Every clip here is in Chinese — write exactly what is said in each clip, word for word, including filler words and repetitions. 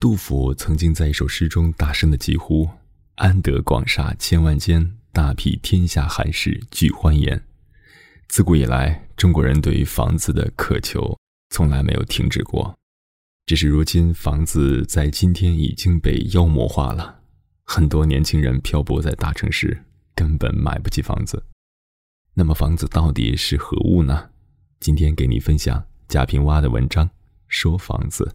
杜甫曾经在一首诗中大声地疾呼：安得广厦千万间，大庇天下寒士俱欢颜。自古以来，中国人对于房子的渴求从来没有停止过，只是如今房子在今天已经被妖魔化了，很多年轻人漂泊在大城市，根本买不起房子。那么房子到底是何物呢？今天给你分享贾平凹的文章，说房子。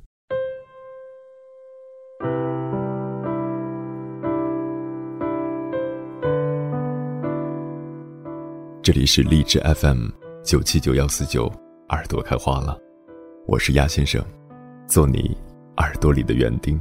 这里是荔枝 F M 九七九幺四九，耳朵开花了，我是鸭先生，做你耳朵里的园丁。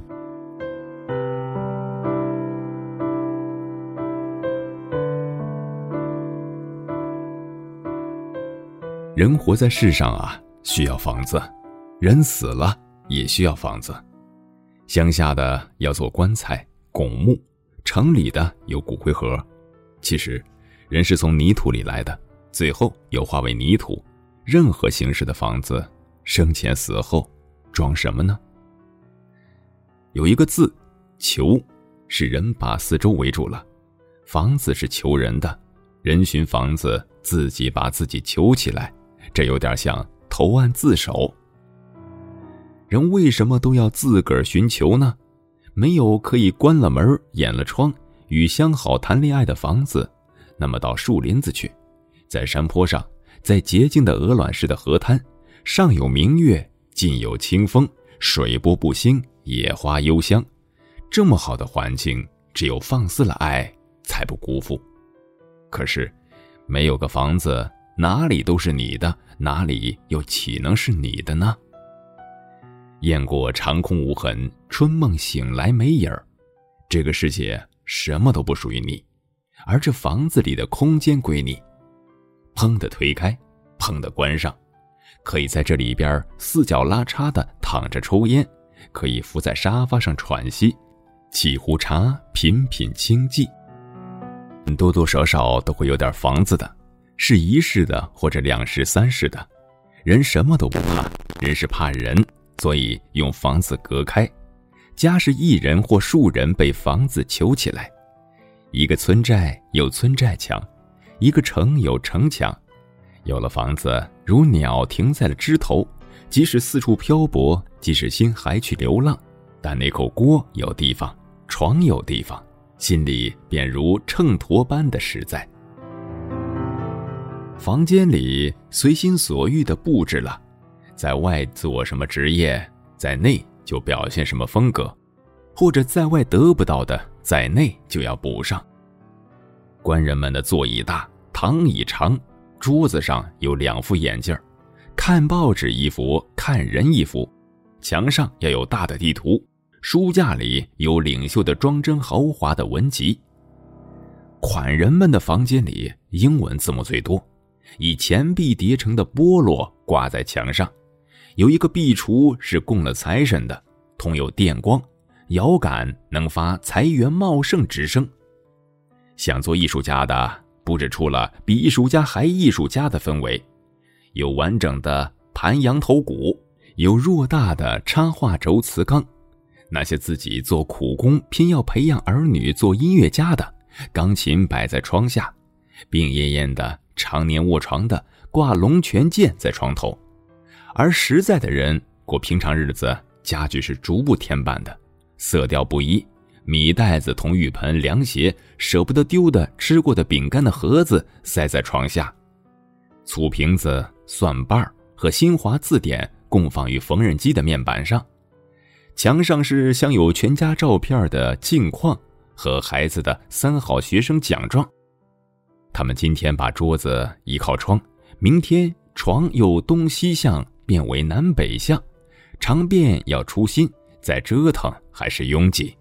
人活在世上啊，需要房子；人死了也需要房子。乡下的要做棺材、拱墓，城里的有骨灰盒。其实人是从泥土里来的，最后又化为泥土。任何形式的房子，生前死后装什么呢？有一个字，囚，是人把四周围住了，房子是囚人的，人寻房子自己把自己囚起来，这有点像投案自首。人为什么都要自个儿寻囚呢？没有可以关了门掩了窗与相好谈恋爱的房子，那么到树林子去，在山坡上，在洁净的鹅卵石的河滩，上有明月，近有清风，水波不兴，野花幽香。这么好的环境，只有放肆了爱才不辜负。可是没有个房子，哪里都是你的，哪里又岂能是你的呢？雁过长空无痕，春梦醒来没影儿。这个世界什么都不属于你，而这房子里的空间归你。砰的推开，砰的关上，可以在这里边四脚拉叉的躺着抽烟，可以伏在沙发上喘息，沏壶茶，品品清寂。多多少少都会有点房子的，是一室的或者两室三室的。人什么都不怕，人是怕人，所以用房子隔开。家是一人或数人被房子囚起来。一个村寨有村寨墙，一个城有城墙。有了房子，如鸟停在了枝头，即使四处漂泊，即使心还去流浪，但那口锅有地方，床有地方，心里便如秤砣般的实在。房间里随心所欲地布置了，在外做什么职业，在内就表现什么风格，或者在外得不到的，在内就要补上。官人们的座椅大，躺椅长，桌子上有两副眼镜，看报纸一幅，看人一幅，墙上要有大的地图，书架里有领袖的装帧豪华的文集。款人们的房间里英文字母最多，以钱币叠成的菠萝挂在墙上，有一个壁橱是供了财神的，通有电光，摇杆能发财源茂盛之声。想做艺术家的布置出了比艺术家还艺术家的氛围，有完整的盘羊头鼓，有偌大的插画轴瓷缸。那些自己做苦工偏要培养儿女做音乐家的，钢琴摆在窗下，病恹恹的常年卧床的挂龙泉剑在床头。而实在的人过平常日子，家具是逐步添办的，色调不一，米袋子同浴盆凉鞋，舍不得丢的吃过的饼干的盒子塞在床下，醋瓶子、蒜瓣和新华字典供放于缝纫机的面板上。墙上是镶有全家照片的镜框和孩子的三好学生奖状。他们今天把桌子依靠窗，明天床又东西向变为南北向，常变要出新，再折腾还是拥挤。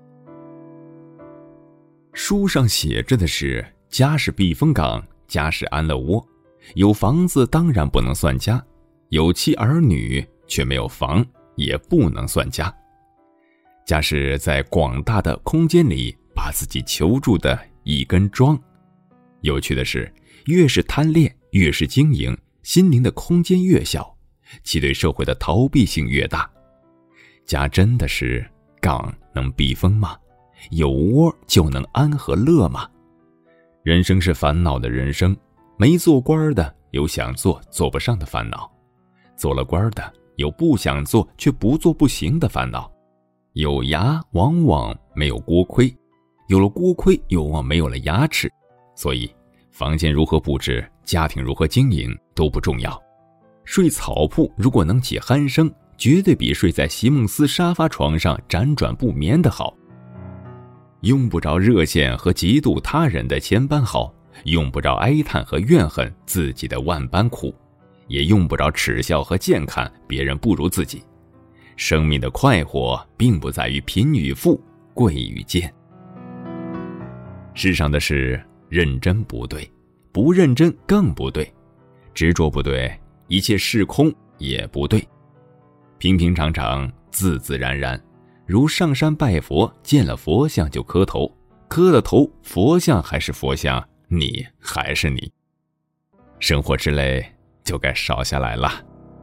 书上写着的是家是避风港，家是安乐窝，有房子当然不能算家，有妻儿女却没有房也不能算家。家是在广大的空间里把自己囚住的一根桩。有趣的是，越是贪恋，越是经营，心灵的空间越小，其对社会的逃避性越大。家真的是岗能避风吗？有窝就能安和乐吗？人生是烦恼的人生，没做官的有想做做不上的烦恼，做了官的有不想做却不做不行的烦恼。有牙往往没有锅盔，有了锅盔又往往没有了牙齿。所以房间如何布置，家庭如何经营都不重要，睡草铺如果能起鼾声，绝对比睡在席梦思沙发床上辗转不眠的好。用不着热线和嫉妒他人的千般好，用不着哀叹和怨恨自己的万般苦，也用不着耻笑和贱看别人不如自己。生命的快活并不在于贫与富，贵与贱。世上的事认真不对，不认真更不对，执着不对，一切是空也不对。平平常常，自自然然，如上山拜佛，见了佛像就磕头，磕了头，佛像还是佛像，你还是你。生活之累就该少下来了。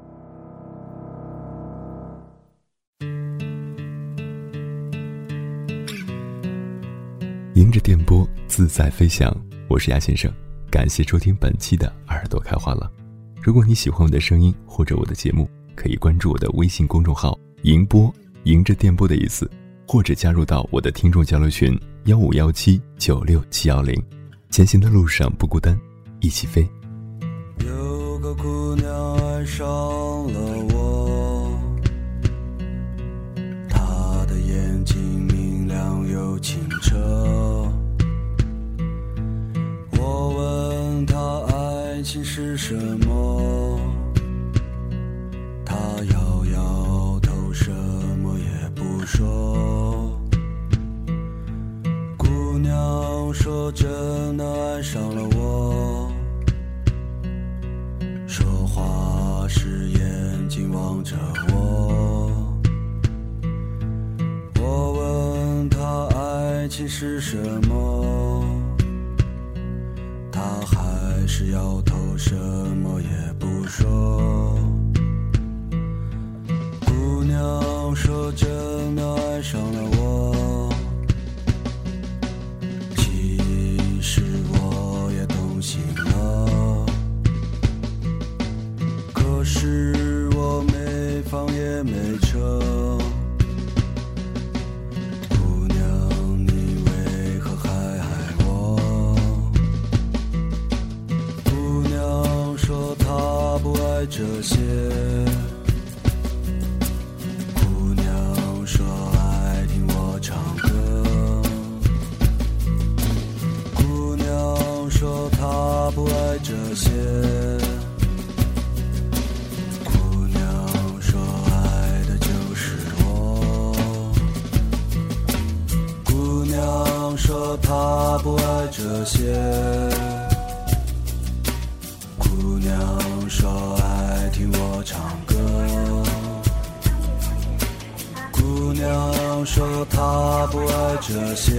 迎着电波自在飞翔，我是鸭先生，感谢收听本期的耳朵开花了。如果你喜欢我的声音或者我的节目，可以关注我的微信公众号迎波，迎着电波的意思，或者加入到我的听众交流群幺五幺七九六七幺零。前行的路上不孤单，一起飞。 有个姑娘爱上了我，她的眼睛明亮又清澈。我问她爱情是什么，她摇摇头，什么也不说。姑娘说真的爱上了我，说话时眼睛望着我。我问她爱情是什么，她还是摇头，什么也不说。姑娘说真的爱上了我，其实我也动心了，可是我没房也没车。姑娘你为何还爱我？姑娘说她不爱这些，姑娘说爱听我唱歌。姑娘说她不爱这些，姑娘说爱的就是我。姑娘说她不爱这些，姑娘说爱听我唱歌。姑娘说她不爱这些，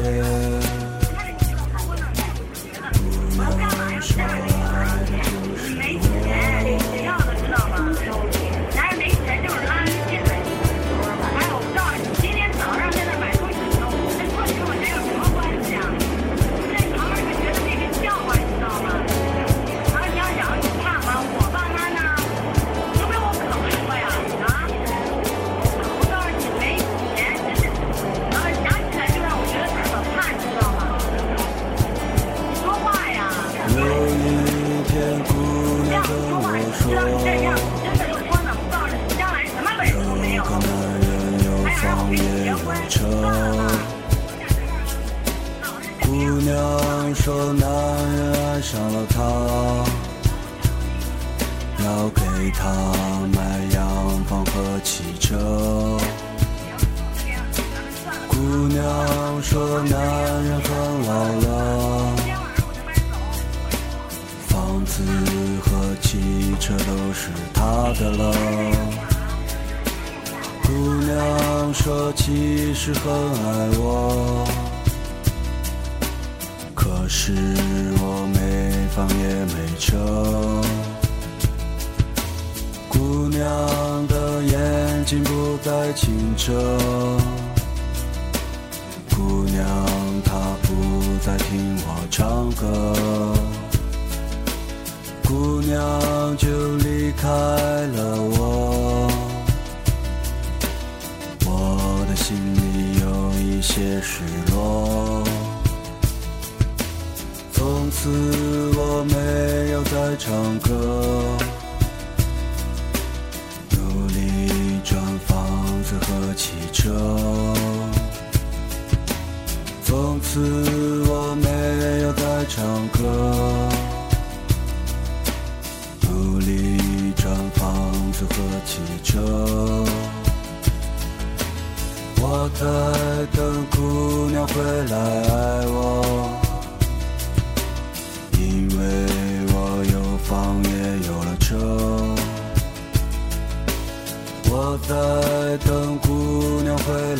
姑娘说爱的就是我。 谁要的知道吗？男人没钱就是安静。还有，我告诉你，今天早上在那买东西的时候，这说跟我这有什么关系啊？这旁边人觉得这个笑话，你知道吗？然后你要想，你看啊，我爸妈呢，除非我可不说呀，啊！我告诉你，没钱真是，然后想起来就让我觉得可怕，你知道吗？你说话呀！ 有一天姑娘跟我说， 知道你这样，真的就说呢，我告诉你，将来什么本事都没有。 这个男人有房也有车。姑娘说男人爱上了她，要给她买洋房和汽车。姑娘说男人很老了，房子和汽车都是他的了。姑娘说其实很爱我，可是我没房也没车。姑娘的眼睛不再清澈， 在听我唱歌，姑娘就离开了我，我的心里有一些失落，从此我没有再唱歌，努力赚房子和汽车，从此我没有再唱歌，努力赚房子和汽车，我在等姑娘回来爱我，因为我有房也有了车，我在等姑娘回